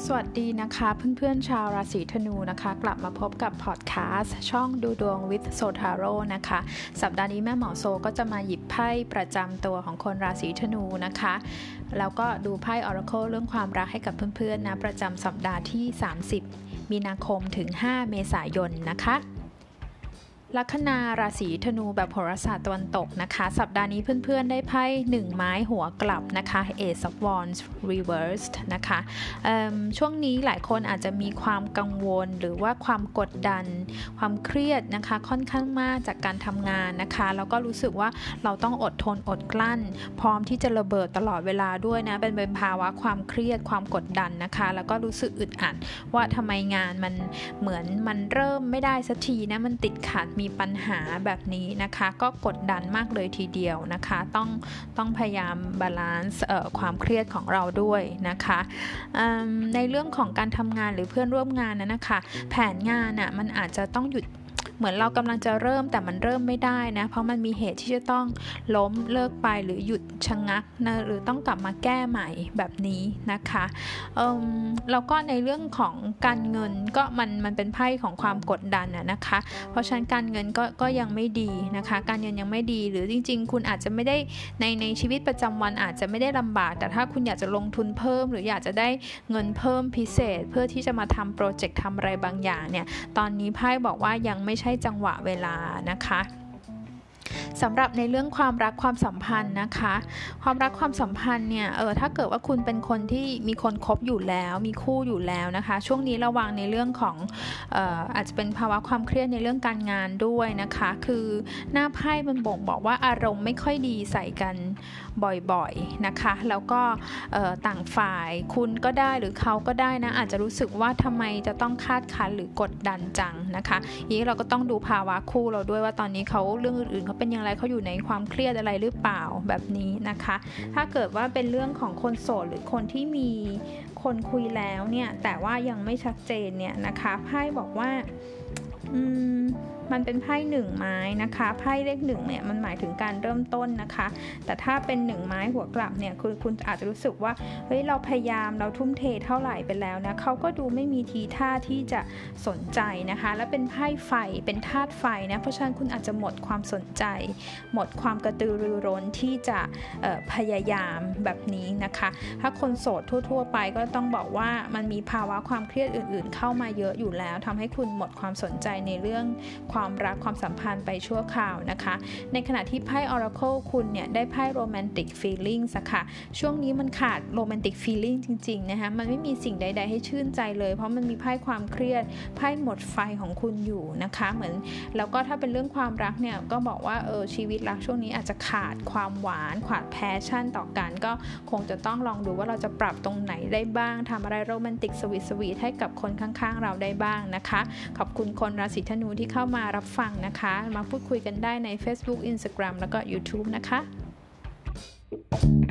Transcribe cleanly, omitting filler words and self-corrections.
สวัสดีนะคะเพื่อนๆชาวราศีธนูนะคะกลับมาพบกับพอดแคสต์ช่องดูดวง with Sotaro นะคะสัปดาห์นี้แม่หมอโซก็จะมาหยิบไพ่ประจำตัวของคนราศีธนูนะคะแล้วก็ดูไพ่ Oracle เรื่องความรักให้กับเพื่อนๆนะประจำสัปดาห์ที่30มีนาคมถึง5เมษายนนะคะลัคนาราศีธนูแบบโหราศาสตร์ตะวันตกนะคะสัปดาห์นี้เพื่อนๆได้ไพ่1ไม้หัวกลับนะคะ Ace of Wands Reversed นะคะช่วงนี้หลายคนอาจจะมีความกังวลหรือว่าความกดดันความเครียดนะคะค่อนข้างมากจากการทำงานนะคะแล้วก็รู้สึกว่าเราต้องอดทนอดกลั้นพร้อมที่จะระเบิดตลอดเวลาด้วยนะเป็นภาวะความเครียดความกดดันนะคะแล้วก็รู้สึกอึดอัดว่าทำไมงานมันเหมือนมันเริ่มไม่ได้สักทีนะมันติดขัดมีปัญหาแบบนี้นะคะก็กดดันมากเลยทีเดียวนะคะต้องพยายามบาลานซ์ความเครียดของเราด้วยนะคะในเรื่องของการทำงานหรือเพื่อนร่วมงานนะคะแผนงานมันอาจจะต้องหยุดเหมือนเรากำลังจะเริ่มแต่มันเริ่มไม่ได้นะเพราะมันมีเหตุที่จะต้องล้มเลิกไปหรือหยุดชะงักนะหรือต้องกลับมาแก้ใหม่แบบนี้นะคะแล้วก็ในเรื่องของการเงินก็มันเป็นไพ่ของความกดดันนะคะเพราะฉะนั้นการเงินก็ยังไม่ดีนะคะการเงินยังไม่ดีหรือจริงๆคุณอาจจะไม่ได้ในชีวิตประจำวันอาจจะไม่ได้ลำบากแต่ถ้าคุณอยากจะลงทุนเพิ่มหรืออยากจะได้เงินเพิ่มพิเศษเพื่อที่จะมาทำโปรเจกต์ทำอะไรบางอย่างเนี่ยตอนนี้ไพ่บอกว่ายังไม่ใช่จังหวะเวลานะคะสำหรับในเรื่องความรักความสัมพันธ์นะคะความรักความสัมพันธ์เนี่ยถ้าเกิดว่าคุณเป็นคนที่มีคนคบอยู่แล้วมีคู่อยู่แล้วนะคะช่วงนี้ระวังในเรื่องของอาจจะเป็นภาวะความเครียดในเรื่องการงานด้วยนะคะคือหน้าไพ่มันบ่งบอกว่าอารมณ์ไม่ค่อยดีใส่กันบ่อยๆนะคะแล้วก็ต่างฝ่ายคุณก็ได้หรือเขาก็ได้นะอาจจะรู้สึกว่าทำไมจะต้องคาดคั้นหรือกดดันจังนะคะทีนี้เราก็ต้องดูภาวะคู่เราด้วยว่าตอนนี้เขาเรื่องอื่นๆเขาเป็นอย่างไรเขาอยู่ในความเครียดอะไรหรือเปล่าแบบนี้นะคะถ้าเกิดว่าเป็นเรื่องของคนโสดหรือคนที่มีคนคุยแล้วเนี่ยแต่ว่ายังไม่ชัดเจนเนี่ยนะคะไพ่บอกว่ามันเป็นไพ่1ไม้นะคะไพ่เลข1เนี่ยมันหมายถึงการเริ่มต้นนะคะแต่ถ้าเป็น1ไม้หัวกลับเนี่ยคุณอาจจะรู้สึกว่าเฮ้ยเราพยายามเราทุ่มเทเท่าไหร่ไปแล้วนะเขาก็ดูไม่มีทีท่าที่จะสนใจนะคะและเป็นไพ่ไฟเป็นธาตุไฟนะเพราะฉะนั้นคุณอาจจะหมดความสนใจหมดความกระตือรือร้นที่จะพยายามแบบนี้นะคะถ้าคนโสดทั่วๆไปก็ต้องบอกว่ามันมีภาวะความเครียดอื่นๆเข้ามาเยอะอยู่แล้วทำให้คุณหมดความสนใจในเรื่องความรักความสัมพันธ์ไปชั่วคราวนะคะในขณะที่ไพ่ Oracle คุณเนี่ยได้ไพ่ Romantic Feelings ค่ะช่วงนี้มันขาด Romantic Feeling จริงๆนะคะมันไม่มีสิ่งใดๆให้ชื่นใจเลยเพราะมันมีไพ่ความเครียดไพ่หมดไฟของคุณอยู่นะคะเหมือนแล้วก็ถ้าเป็นเรื่องความรักเนี่ยก็บอกว่าชีวิตรักช่วงนี้อาจจะขาดความหวานขาดแพชชั่นต่อกันก็คงจะต้องลองดูว่าเราจะปรับตรงไหนได้บ้างทำอะไรโรแมนติกสวีทให้กับคนข้างๆเราได้บ้างนะคะขอบคุณคนราศีธนูที่เข้ามารับฟังนะคะมาพูดคุยกันได้ใน Facebook Instagram แล้วก็ YouTube นะคะ